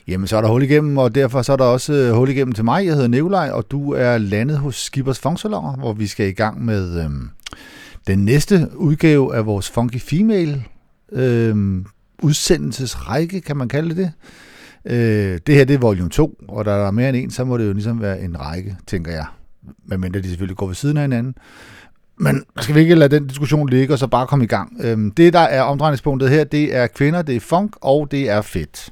Jamen, så er der hul igennem, og derfor så er der også hul igennem til mig. Jeg hedder Nikolaj, og du er landet hos Skippers Funksalonger, hvor vi skal i gang med den næste udgave af vores Funky Female udsendelsesrække, kan man kalde det. Det her, det er volume 2, og der er mere end en, så må det jo ligesom være en række, tænker jeg. Medmindre de selvfølgelig går ved siden af hinanden. Men skal vi ikke lade den diskussion ligge, og så bare komme i gang. Det, der er omdrejningspunktet her, det er kvinder, det er funk, og det er fedt.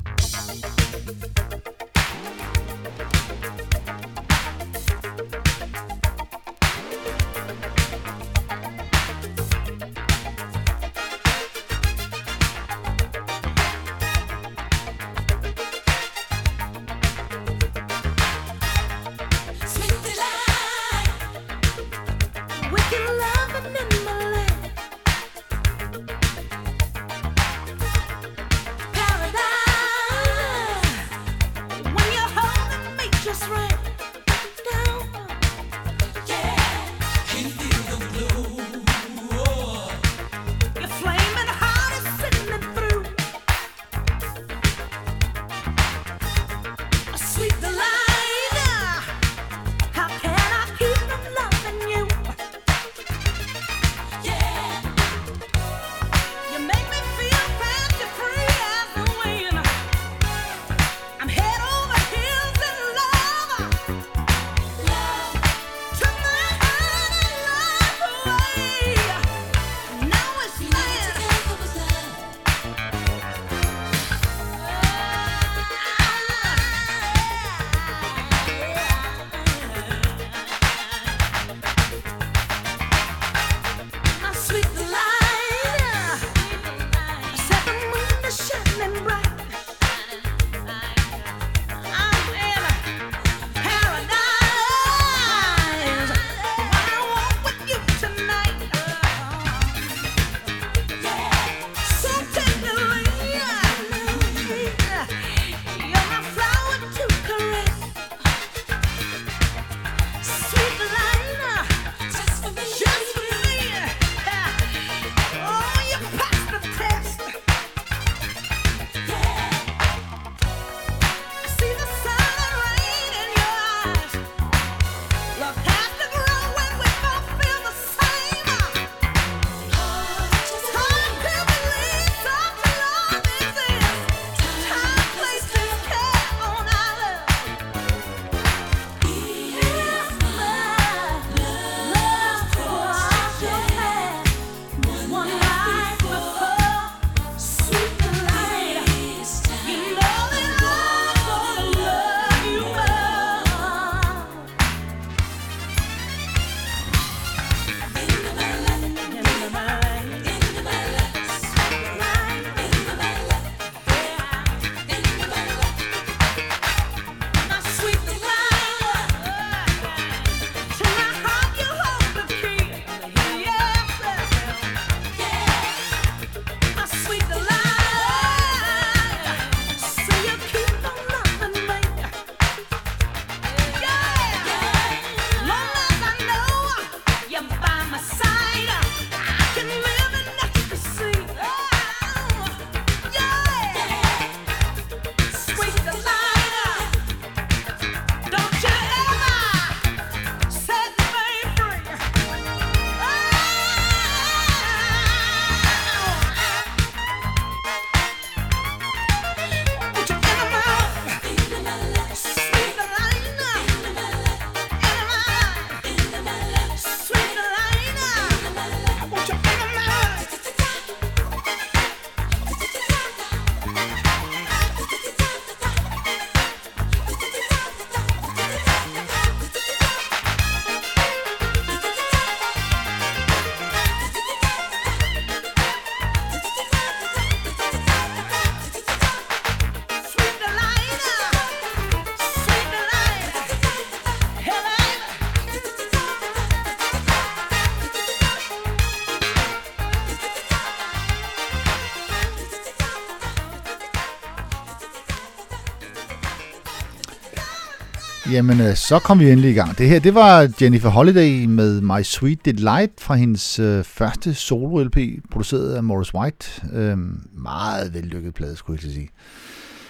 Jamen, så kom vi endelig i gang. Det her, det var Jennifer Holliday med My Sweet Delight fra hendes første solo-LP, produceret af Morris White. Meget vellykket plade, skulle jeg sige.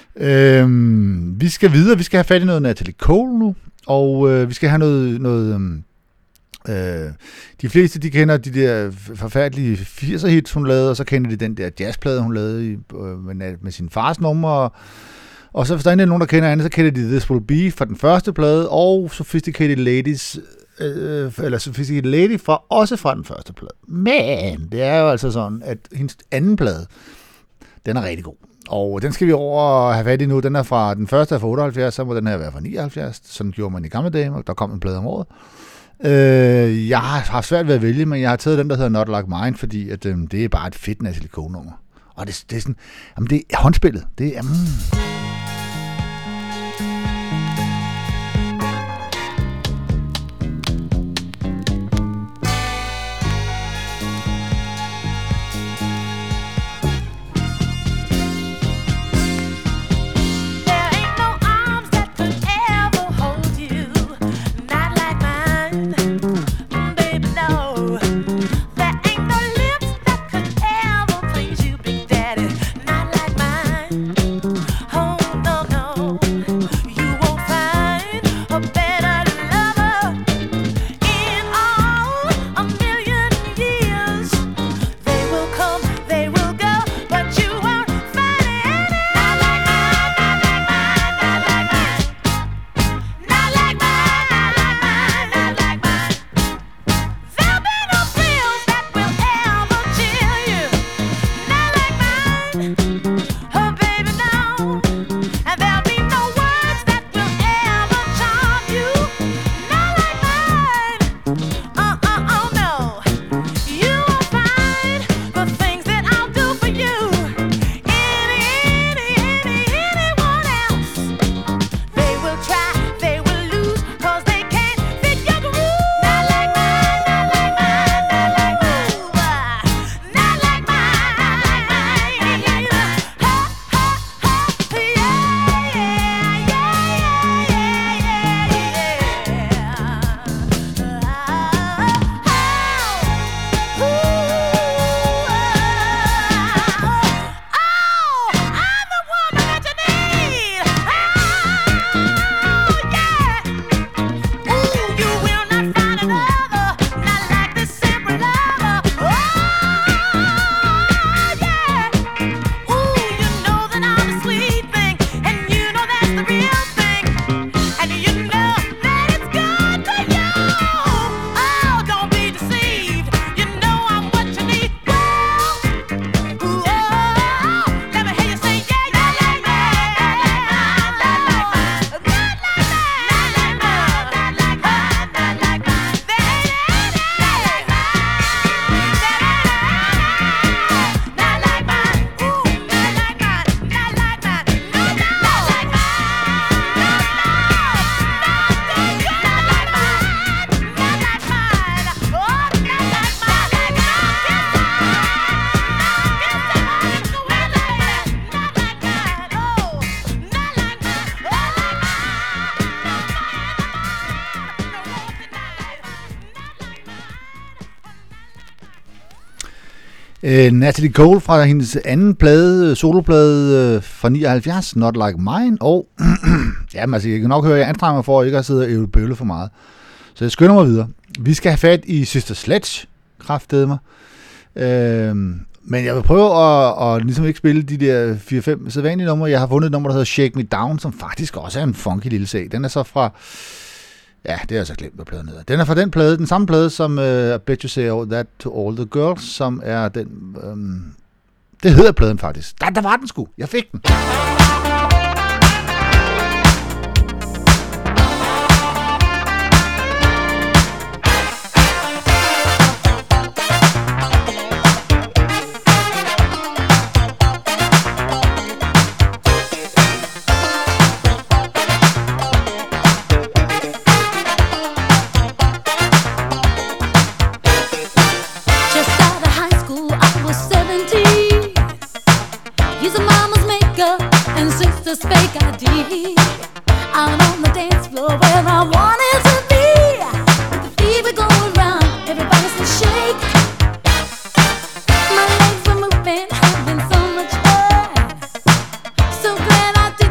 Vi skal videre. Vi skal have fat i noget Natalie Cole nu, og vi skal have noget de fleste, de kender de der forfærdelige 80'er hits, hun lavede, og så kender de den der jazzplade, hun lavede med sin fars nummer. Og så hvis der er nogen, der kender andet, så kender de This Will Be fra den første plade, og Sophisticated Ladies, eller Sophisticated Lady også fra den første plade. Men det er jo altså sådan, at hendes anden plade, den er rigtig god. Og den skal vi over og have fat i nu. Den er fra den første er fra 78, så må den her være fra 79. Sådan gjorde man i gamle dage, og der kom en plade om året. Jeg har haft svært ved at vælge, men jeg har taget den, der hedder Not Like Mine, fordi at, det er bare et fedt Natalie Cole-nummer. Og det er sådan, jamen det er håndspillet. Det er... Natalie Cole fra hendes anden plade, soloplade fra 79, Not Like Mine, og jamen, altså, jeg kan nok høre, at jeg anstrenger mig for ikke at sidde og ævle for meget. Så jeg skynder mig videre. Vi skal have fat i Sister Sledge, kraftedeme mig. Men jeg vil prøve at ligesom ikke spille de der 4-5 sædvanlige numre. Jeg har fundet et nummer, der hedder Shake Me Down, som faktisk også er en funky lille sag. Den er så fra... Ja, det er jeg så glemt, hvad pladen hedder. Den er fra den plade, den samme plade som I Bet You Say That to All the Girls, som er den... det hedder pladen faktisk. Der var den sgu. Jeg fik den. Fake ID out on the dance floor where I wanted to be. With the fever going round, everybody says shake. My legs were moving, having so much fun. So glad I did.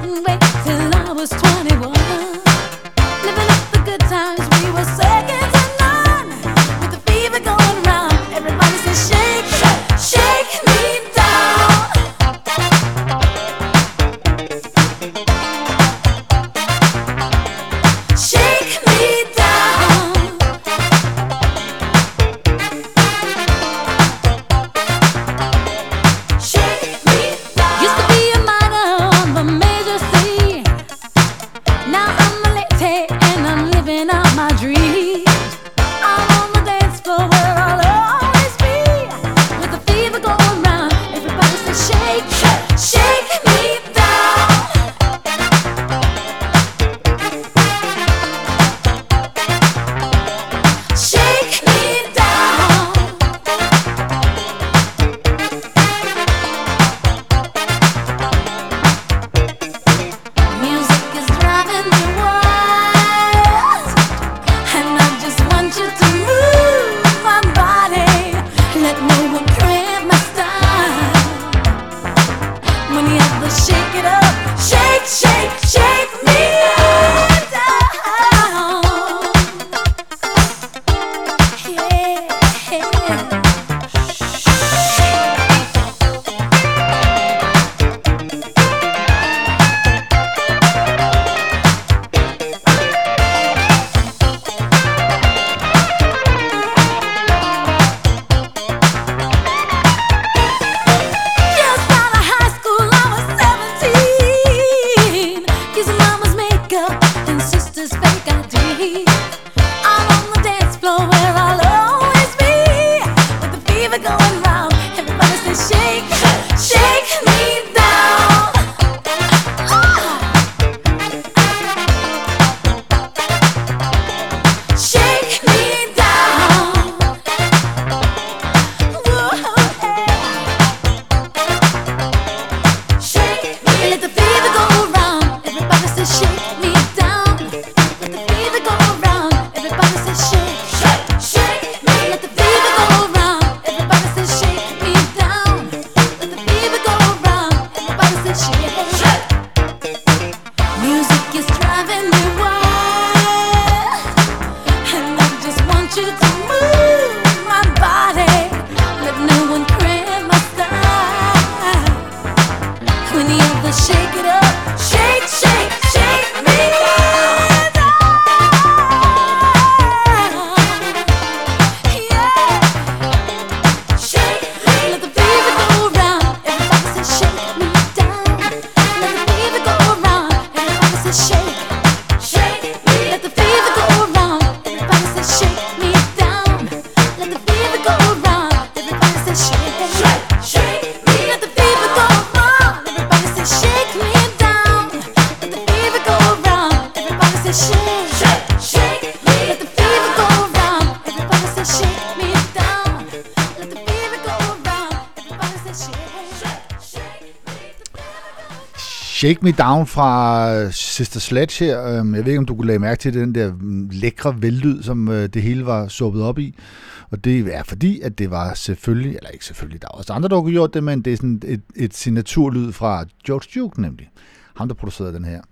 Shake Me Down fra Sister Sledge her. Jeg ved ikke, om du kunne lade mærke til den der lækre vellyd, som det hele var suppet op i. Og det er fordi, at det var selvfølgelig, eller ikke selvfølgelig, der er også andre, der har gjort det, men det er sådan et signaturlyd fra George Duke, nemlig. Ham, der producerede den her.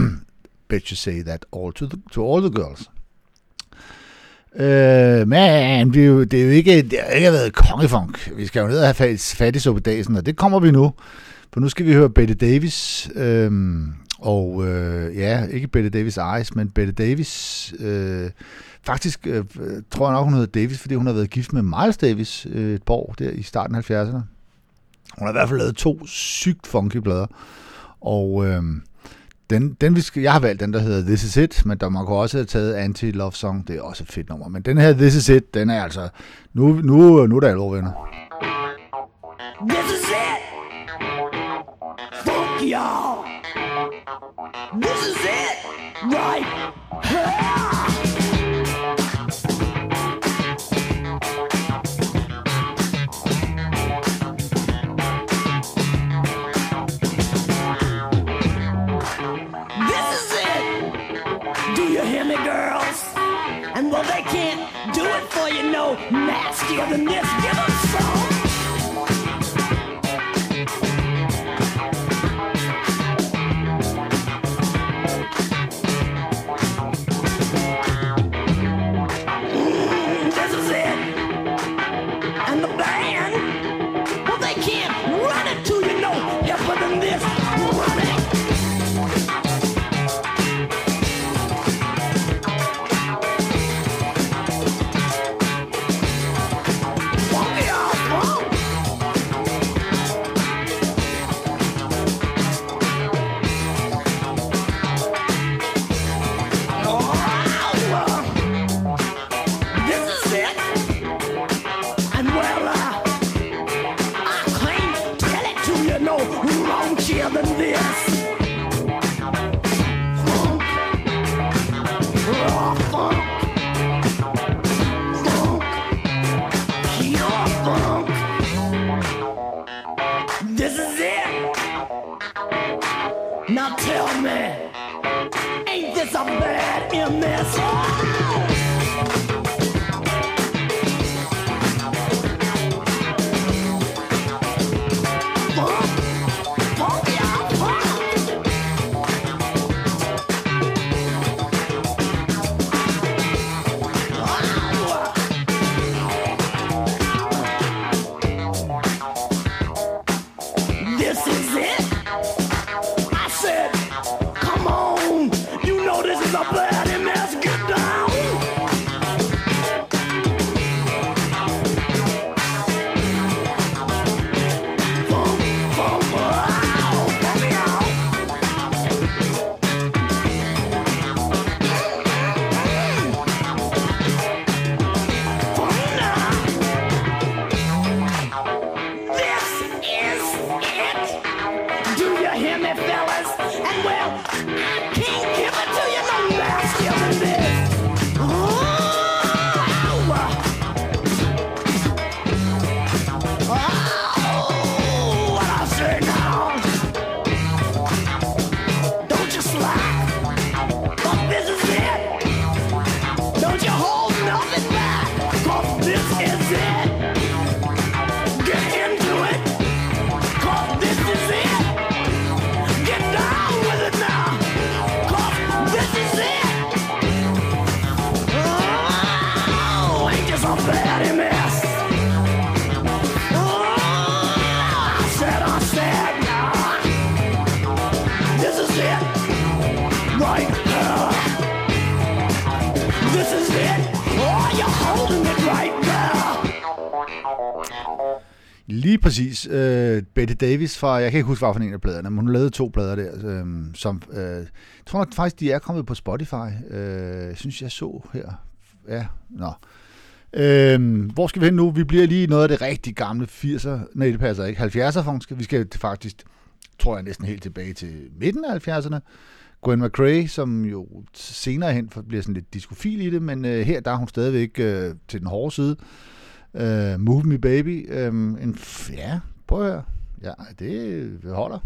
Bet you say that all to all the girls. Men det er jo ikke, det har ikke været kongefunk. Vi skal jo ned og have fat i suppedasen, og det kommer vi nu. For nu skal vi høre Bette Davis, ikke Bette Davis Eyes, men Bette Davis. Faktisk tror jeg nok, hun hedder Davis, fordi hun har været gift med Miles Davis et par år der i starten af 70'erne. Hun har i hvert fald lavet 2 sygt funky plader. Og jeg har valgt den, der hedder This Is It, men man kunne også have taget Anti-Love Song. Det er også et fedt nummer. Men den her This Is It, den er altså... Nu er der alvor, venner. This is it! Fuck y'all! This is it! Right here! This is it! Do you hear me, girls? And well, they can't do it for you no nastier than this. Give them some! tell me, ain't this a bad MS? Lige præcis. Bette Davis fra, jeg kan ikke huske, hvad for en af pladerne, men hun lavede 2 plader der, som, jeg tror faktisk, de er kommet på Spotify. Jeg synes, jeg så her. Ja, nå. Hvor skal vi hen nu? Vi bliver lige noget af det rigtig gamle 80'er. Nej, det passer ikke. 70'er. Vi skal faktisk, tror jeg, næsten helt tilbage til midten af 70'erne. Gwen McCrae, som jo senere hen bliver sådan lidt diskofil i det, men her der er hun stadigvæk til den hårde side. Move Me Baby. Ja, prøv at høre. Ja, det holder.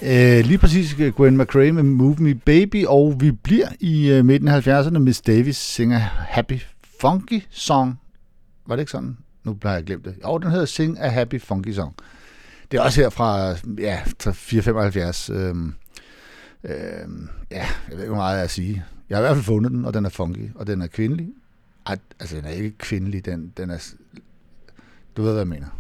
Lige præcis Gwen McCrae med Move Me Baby, og vi bliver i midten af 70'erne. Miss Davis synger Happy Funky Song. Var det ikke sådan? Nu bliver jeg glemt det. Jo, den hedder Sing a Happy Funky Song. Det er også her fra 475. Jeg ved ikke, hvor meget jeg at sige. Jeg har i hvert fald fundet den, og den er funky, og den er kvindelig. Altså, den er ikke kvindelig, den er... Du ved, hvad jeg mener.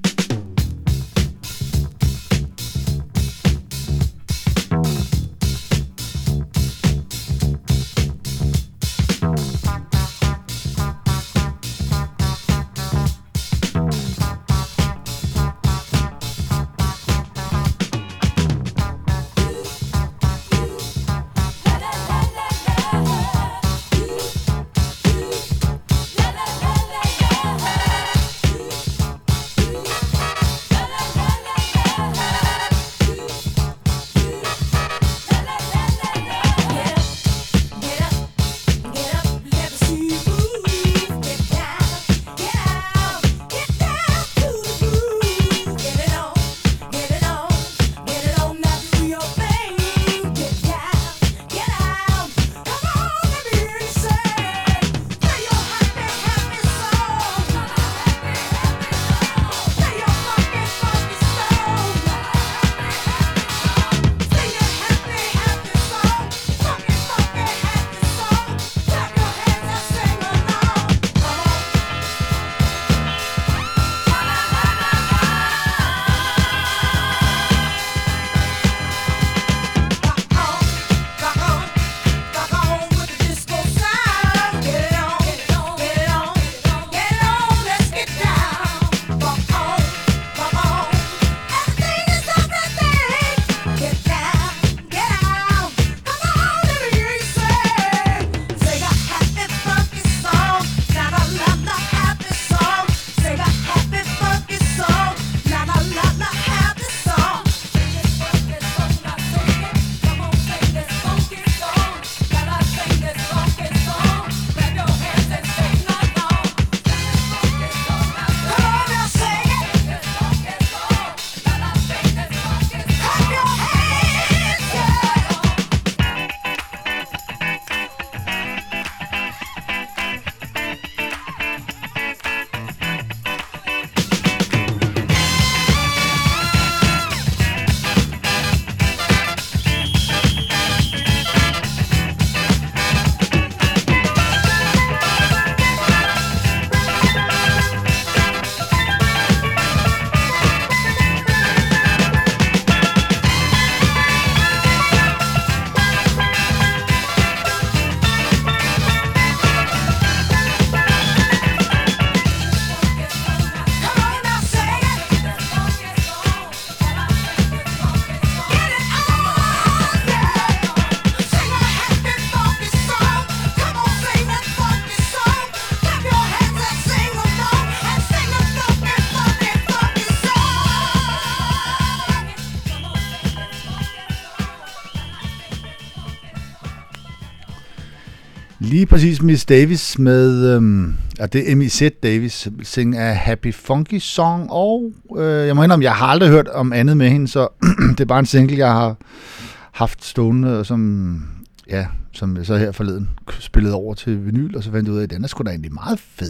Lige præcis Miss Davis med, det er M.I.Z. Davis, sing a Happy Funky Song, og jeg må indrømme, jeg har aldrig hørt om andet med hende, så det er bare en single, jeg har haft stående, som jeg så her forleden spillede over til vinyl, og så fandt jeg ud af, at den er sgu da egentlig meget fed.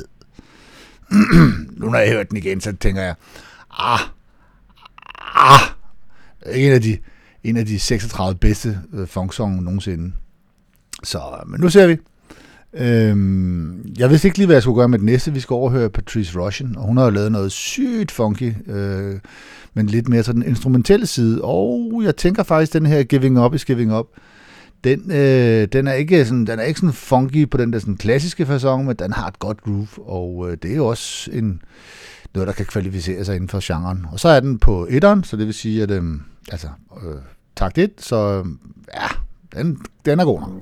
Nu når jeg hørt den igen, så tænker jeg, en af de 36 bedste funksong nogensinde. Så, men nu ser vi. Jeg vidste ikke lige, hvad jeg skulle gøre med det næste. Vi skal overhøre Patrice Rushen, og hun har jo lavet noget sygt funky, men lidt mere til den instrumentelle side. Og jeg tænker faktisk, den her Giving Up is Giving Up, den er ikke sådan funky på den der sådan klassiske facon, men den har et godt groove, og det er jo også noget, der kan kvalificere sig inden for genren. Og så er den på etteren, så det vil sige, at takt 1, så ja, den er god nok.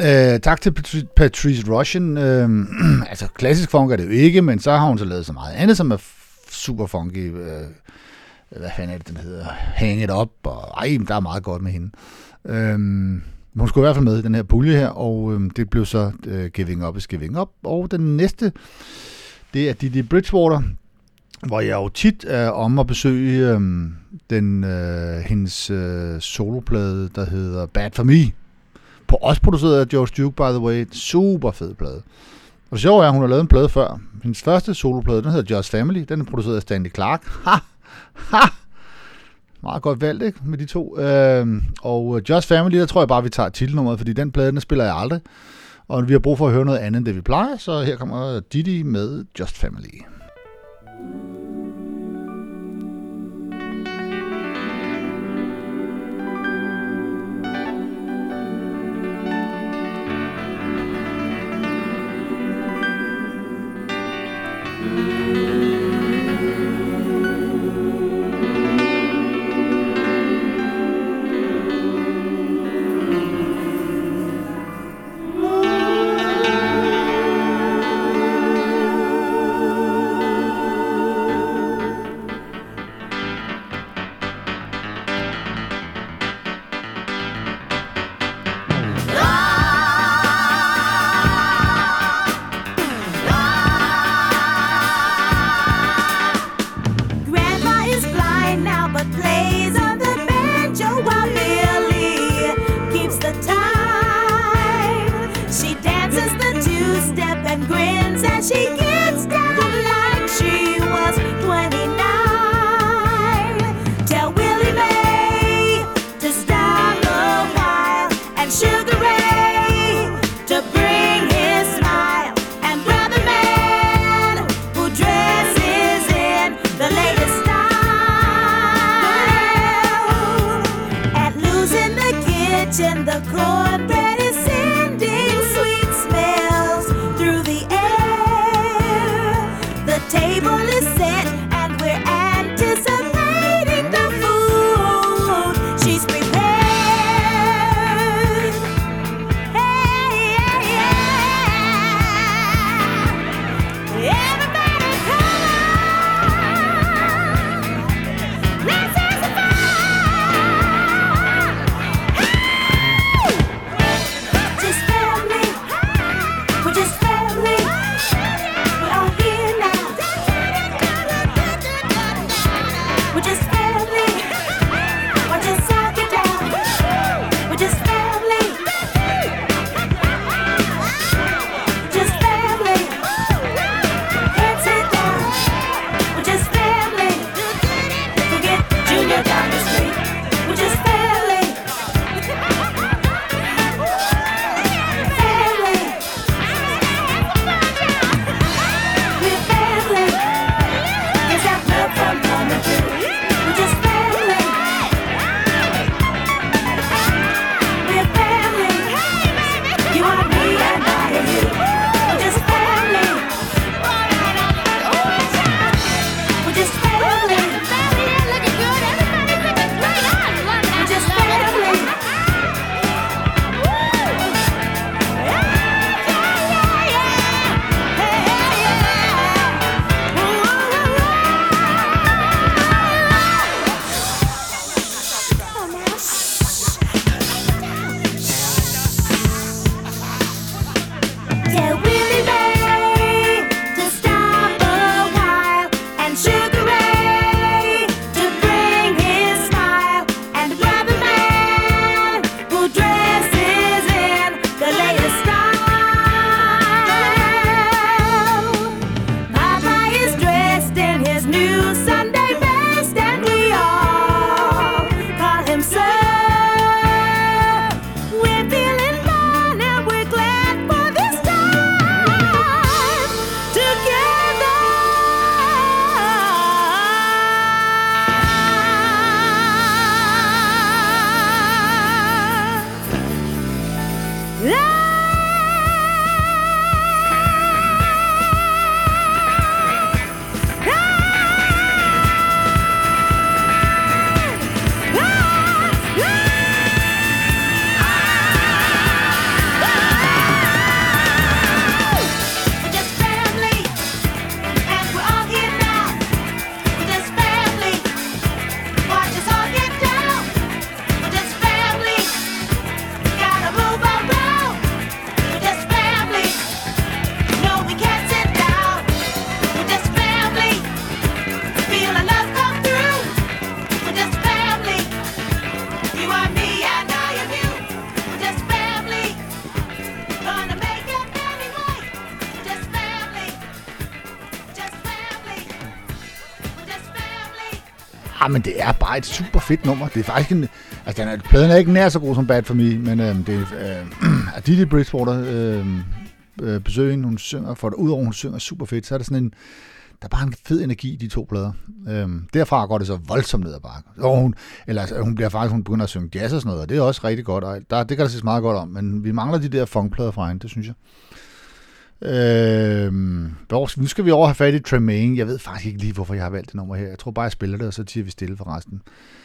Tak til Patrice Rushen. Altså, klassisk funk er det jo ikke, men så har hun så lavet så meget andet, som er super funky. Hvad fanden er det, den hedder? Hang It Up, og der er meget godt med hende. Hun skulle i hvert fald med i den her pulje her, og det blev så Giving Up is Giving Up. Og den næste, det er Didi Bridgewater, hvor jeg jo tit er om at besøge hendes soloplade, der hedder Bad For Me. Også produceret af George Duke, by the way. Super fed plade. Og det sjove er, at hun har lavet en plade før. Hendes første soloplade, den hedder Just Family. Den er produceret af Stanley Clarke. Meget godt valgt, ikke? Med de to. Og Just Family, der tror jeg bare, vi tager titelnummeret, fordi den plade, den spiller jeg aldrig. Og vi har brug for at høre noget andet, end det vi plejer. Så her kommer Didi med Just Family. Cornbread is sending sweet smells through the air. men det er bare et super fedt nummer. Det er faktisk en... Altså, pladen er ikke nær så god som Bad For Me, men det er Aditi Bridgewater besøger hende, hun synger, for udover hun synger super fedt, så er der sådan en... Der er bare en fed energi i de to plader. Derfra går det så voldsomt ned ad bakken. Hun begynder at synge jazz og sådan noget, og det er også rigtig godt. Og det kan der ses meget godt om, men vi mangler de der funkplader fra hende, det synes jeg. Nu skal vi over have fat i Tremaine. Jeg ved faktisk ikke lige, hvorfor jeg har valgt det nummer her. Jeg tror bare, jeg spiller det, og så tiger vi stille for resten.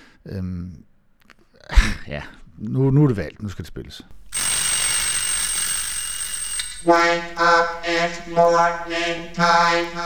Ja, nu er det valgt. Nu skal det spilles. Wake up, it's morning time.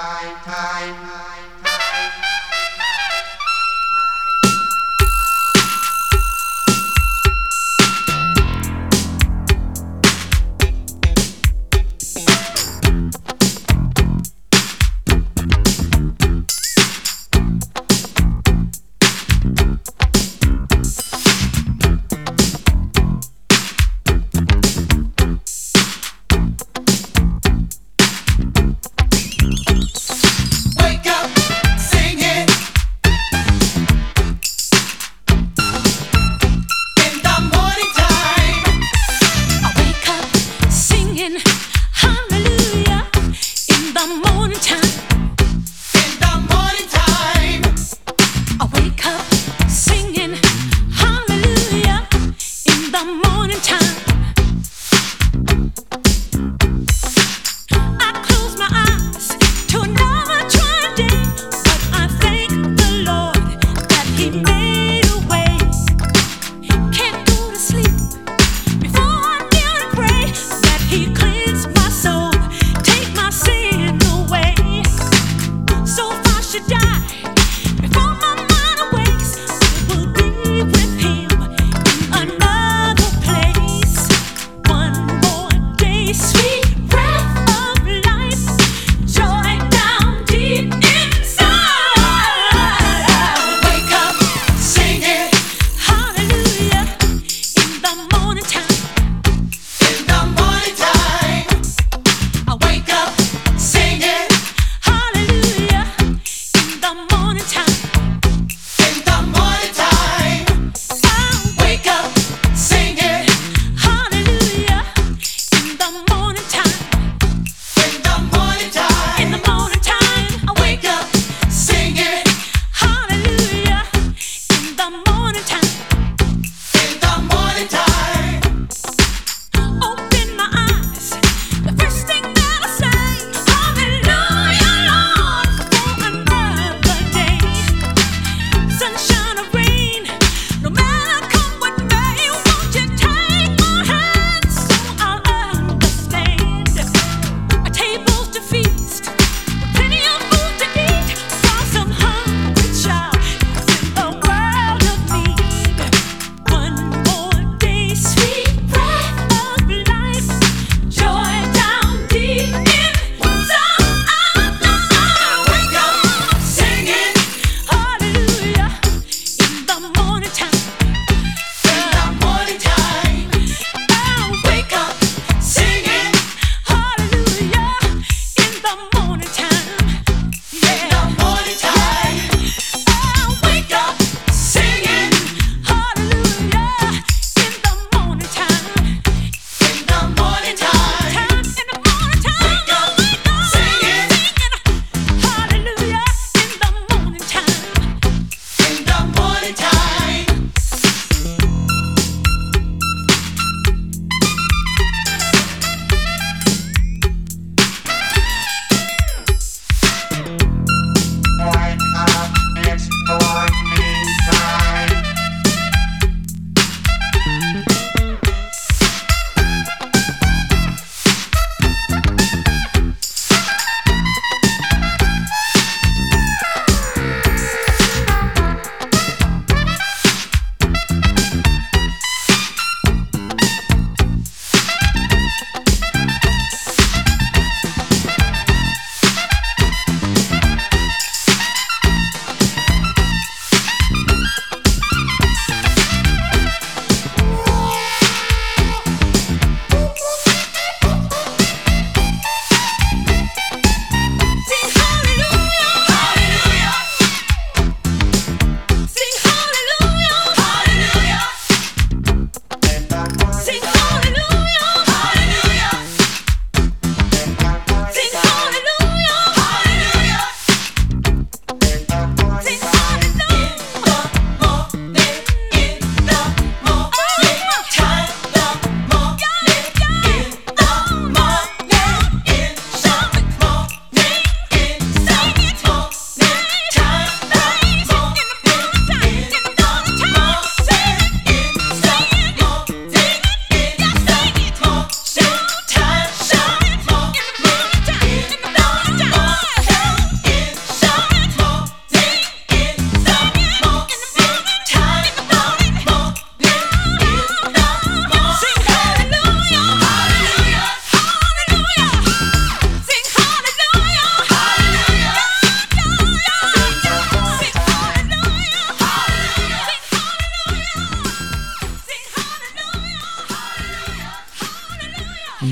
Wake up!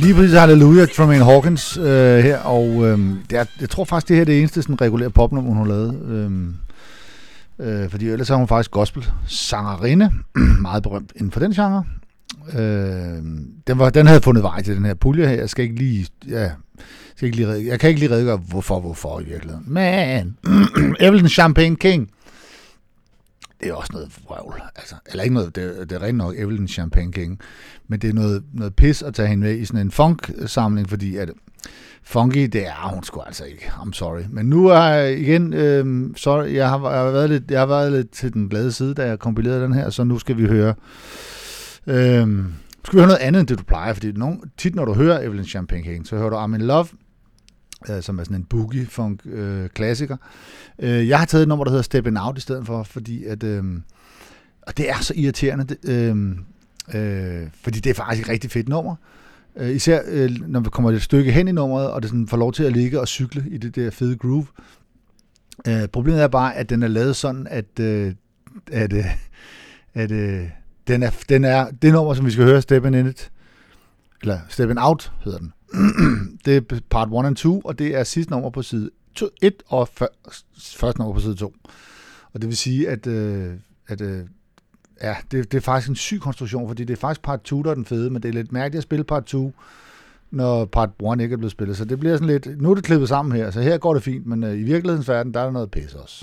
lige præcis Hallelujah, Tremaine Hawkins her, og jeg tror faktisk, det her er det eneste sådan, regulære popnummer, hun har lavet. Fordi ellers er hun faktisk gospel-sangerinde, meget berømt inden for den genre. Den havde fundet vej til den her pulje her. Jeg kan ikke lige redegøre, hvorfor i virkeligheden. Men Evelyn Champagne King, det er også noget vrøvl. Altså, eller ikke noget, det er rent nok Evelyn Champagne King, men det er noget pis at tage hende med i sådan en funk-samling, fordi at funky, det er hun sgu altså ikke. I'm sorry. Men nu er jeg igen, sorry, jeg har været lidt til den glade side, da jeg kompilerede den her, så nu skal vi høre noget andet end det, du plejer, fordi tit når du hører Evelyn Champagne King, så hører du I'm in Love, som er sådan en boogie-funk-klassiker. Jeg har taget et nummer, der hedder Steppin' Out i stedet for, fordi at, og det er så irriterende, fordi det er faktisk et rigtig fedt nummer. Især når vi kommer et stykke hen i nummeret, og det sådan får lov til at ligge og cykle i det der fede groove. Problemet er bare, at den er lavet sådan, at den er det nummer, som vi skal høre, Steppin' In It, eller Steppin' Out hedder den. Det er part 1 og 2, og det er sidste nummer på side 1 og første nummer på side 2. Og det vil sige, at det er faktisk en syg konstruktion, fordi det er faktisk part 2, der er den fede, men det er lidt mærkeligt at spille part 2, når part 1 ikke er blevet spillet. Så det bliver sådan lidt, nu er det klippet sammen her, så her går det fint, men i virkelighedens verden, der er der noget pis også.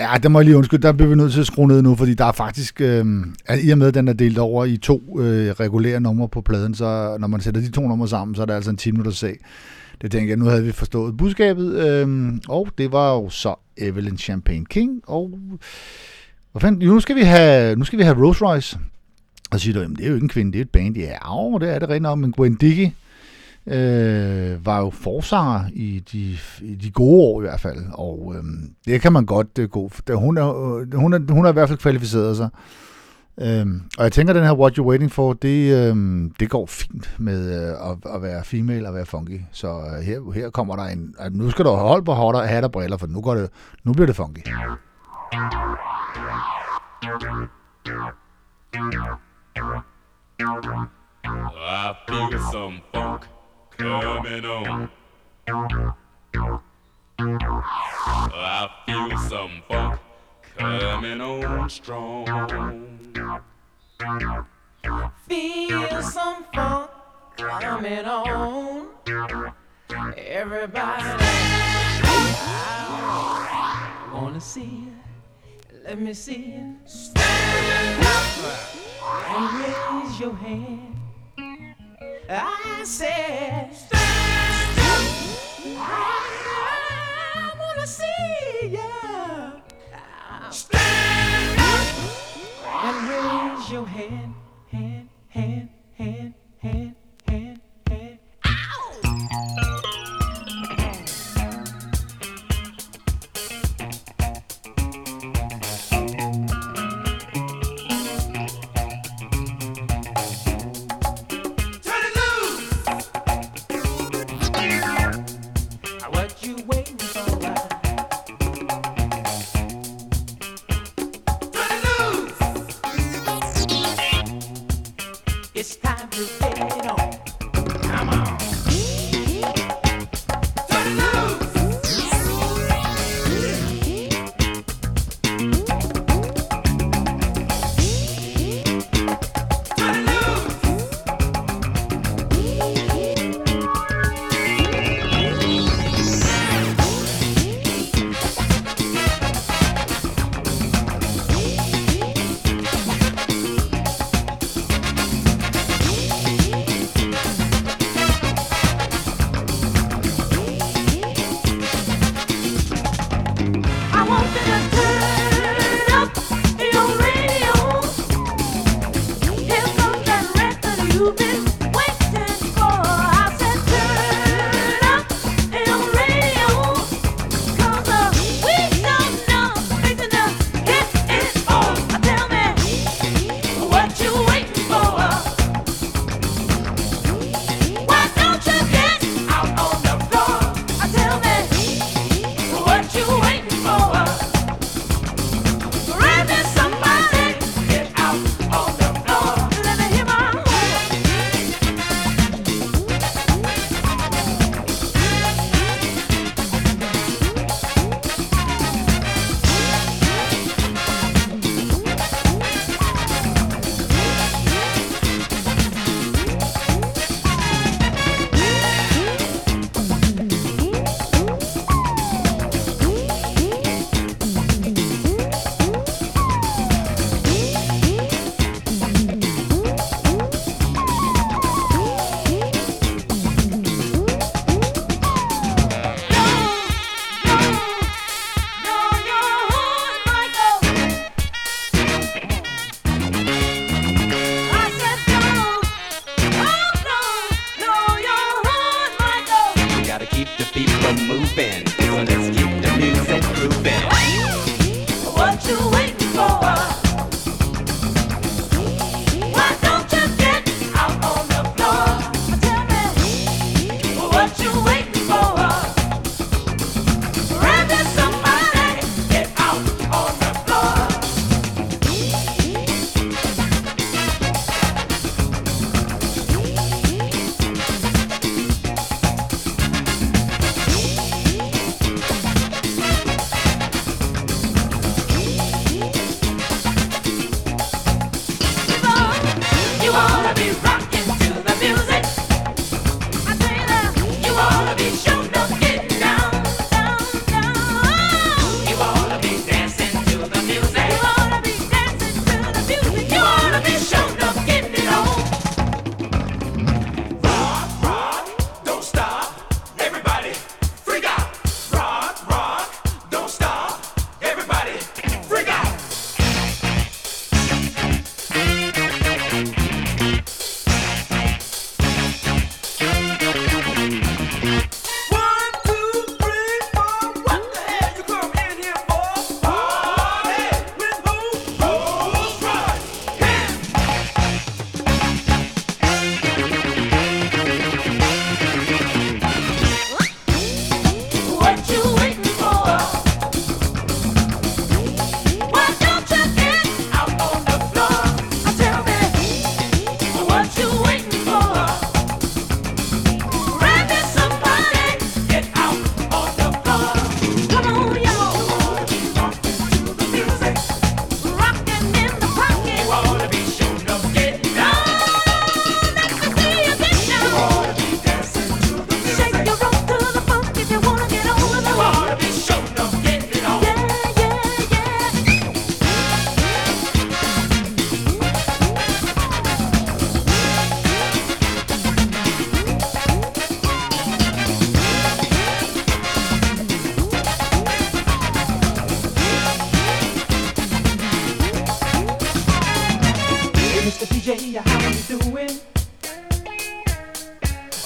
Ja, der må jeg lige undskylde. Der bliver vi nødt til at skrue ned nu, fordi der er faktisk, i og med, at den er delt over i 2 regulære numre på pladen, så når man sætter de 2 numre sammen, så er der altså en 10 minutter sag. Det tænker jeg, nu havde vi forstået budskabet, og det var jo så Evelyn Champagne King, og nu skal vi have Rose Royce. Og så siger du, jamen det er jo ikke en kvinde, det er et band. Ja, det er det rent nok, men Gwen Dickey var jo forsanger i de gode år i hvert fald, og det kan man godt gå. Hun har i hvert fald kvalificeret sig. Og jeg tænker, at den her What You're Waiting For, det går fint med at være female og være funky. Så her kommer der nu skal du holde på hat og briller, for nu bliver det funky. I feel some funk coming on. I feel some funk coming on strong. Feel some funk coming on. Everybody, I wanna see it. Let me see it. Stand up and raise your hand. I said, stand up. I wanna see ya. Stand up and raise your hand, hand, hand, hand, hand, hand, hand.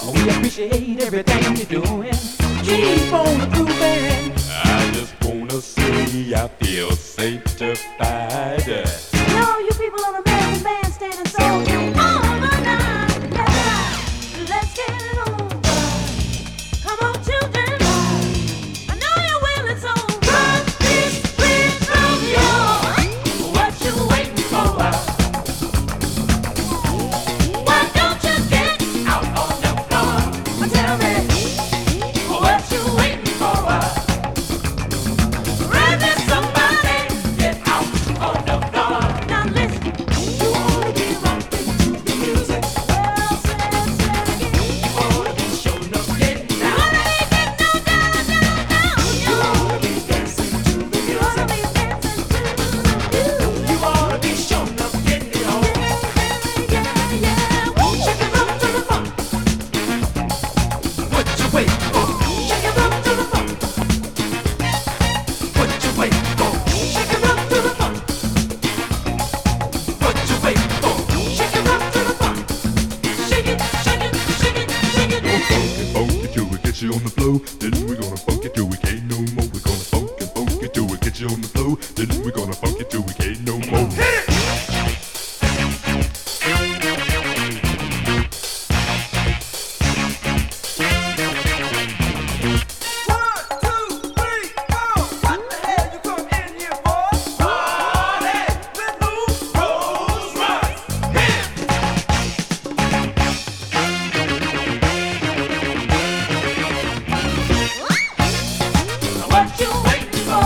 We appreciate everything you're doing. Keep on improving. I just wanna say I feel sanctified. Know you people on the bandstand so all the night. Let's get it on. Come on, children. I know you're willing, so run this rhythm, y'all. What you waiting for? Why don't you get out on the floor? Tell me what you waiting for. Run this somebody, get out on the floor. Now listen, you wanna be rocking to the music. Well, say it again. You wanna be showing up, getting You down. wanna be getting down, down, down, down. You wanna be dancing to the You wanna music. be dancing to the music. You wanna be showing up, getting it on. Yeah, yeah. Woo. Shake it up to the funk. What you waiting for? Shake it up to the funk. What you waiting for? Shake it up to the funk. What you waiting for? Shake it up to the funk. Shake it, shake it, shake it, shake it. Funk it till we get you on the floor. Then we're gonna funk it till we can't no more. We're gonna funk it till we get you on the floor. Then we're gonna funk it till we can't no more. What you waiting for?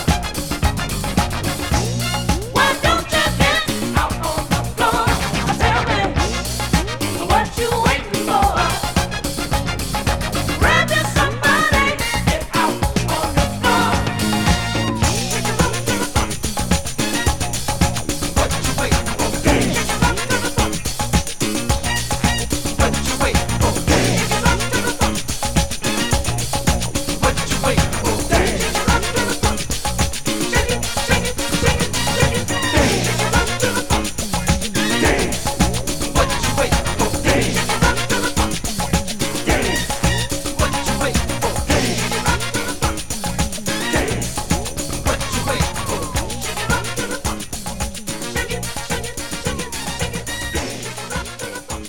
Why don't you get out on the floor? Tell me what you waiting for. Grab you somebody, get out on the floor. Shake it up to the funk. What you waiting for? Shake it up to the funk. What you waiting for? Shake it up to the funk. What you waiting for? Shake it up to the funk. Shake it, shake it, shake it, shake it. Shake it up to the funk. What you waiting for? Shake it up to the funk. What you waiting for? Shake it up to the funk. What you waiting for? Shake it up to the funk. Shake it, shake it, shake it, shake it. Shake it up to the funk.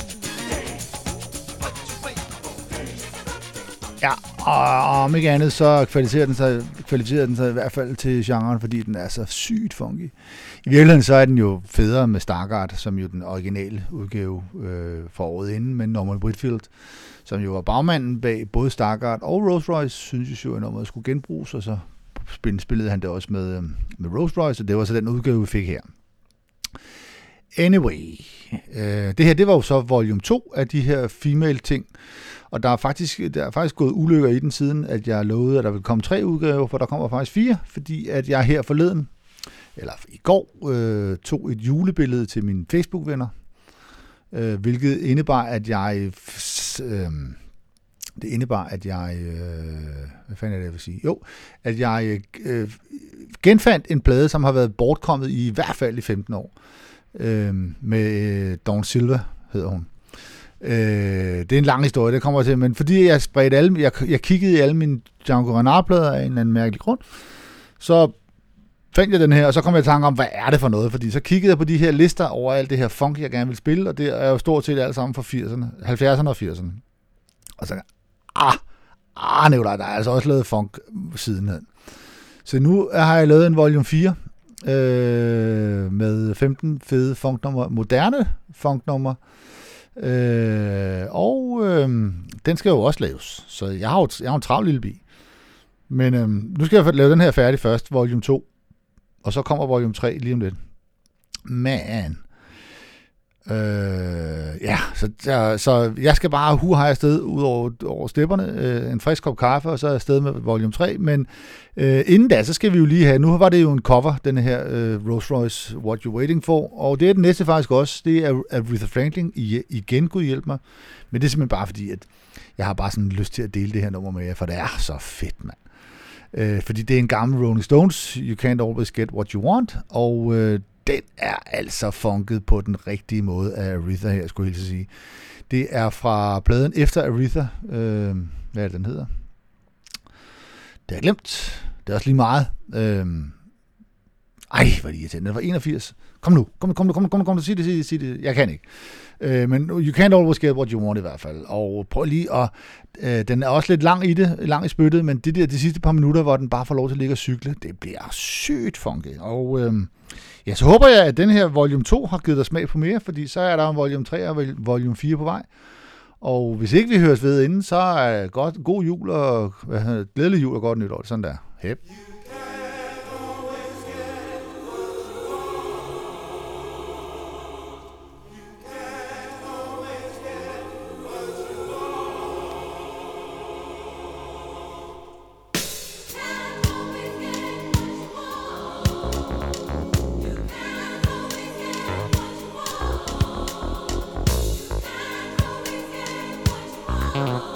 What you waiting for? Ja, og om ikke andet, så kvalificerer den sig i hvert fald til genren, fordi den er så sygt funky. I virkeligheden så er den jo federe med Stargard, som jo den originale udgave for året inden, men Norman Whitfield, som jo var bagmanden bag både Stargard og Rolls Royce, synes jeg jo, at nummeret skulle genbruges, og så spillede han det også med Rolls Royce, og det var så den udgave, vi fik her. Anyway, det her, det var jo så volume 2 af de her female ting, og der er faktisk gået ulykker i den siden, at jeg lovede, at der ville komme 3 udgaver, for der kommer faktisk 4, fordi at jeg her forleden, eller i går, tog et julebillede til mine Facebook-venner, hvilket indebar, at jeg... hvad fanden er det, jeg vil sige? Jo, at jeg genfandt en plade, som har været bortkommet i hvert fald i 15 år. Med Dawn Silva, hedder hun. Det er en lang historie, det kommer til, men fordi jeg spredte jeg kiggede i alle mine Django Reinhardt-plader af en eller anden mærkelig grund, så fandt jeg den her, og så kom jeg i tanke om, hvad er det for noget, fordi så kiggede jeg på de her lister over alt det her funk, jeg gerne vil spille, og det er jo stort set alt sammen fra 70'erne og 80'erne. Og så Nikolaj, der er altså også lavet funk sidenhen. Så nu har jeg lavet en volume 4, med 15 fede funknummer, moderne funknummer, den skal jo også laves, så jeg har jo en travl lille bi. Men nu skal jeg lave den her færdig først, volume 2, og så kommer volume 3 lige om lidt. Man. Så jeg skal bare hurra afsted ud over stepperne, en frisk kop kaffe, og så er jeg afsted med volume 3, men inden da, så skal vi jo lige have, nu var det jo en cover, den her Rolls Royce What You Waiting For, og det er den næste faktisk også, det er Aretha Franklin, igen, Gud hjælp mig, men det er simpelthen bare fordi, at jeg har bare sådan lyst til at dele det her nummer med jer, for det er så fedt, mand. Fordi det er en gammel Rolling Stones, You Can't Always Get What You Want, og den er altså funket på den rigtige måde af Aretha her, skulle jeg helt sige. Det er fra pladen efter Aretha. Hvad er det, den hedder? Det har jeg glemt. Det er også lige meget. Hvor er det irriterende. Den var 81. Kom nu. Sig det. Jeg kan ikke. Men you can't always get what you want i hvert fald. Og prøv lige at... den er også lidt lang i spyttet, men de sidste par minutter, hvor den bare får lov til at ligge og cykle, det bliver sygt funky. Og så håber jeg, at den her volume 2 har givet dig smag på mere, fordi så er der en volume 3 og volume 4 på vej. Og hvis ikke vi høres ved inden, så er god jul og glædelig jul og godt nytår. Sådan der. Hep. Oh,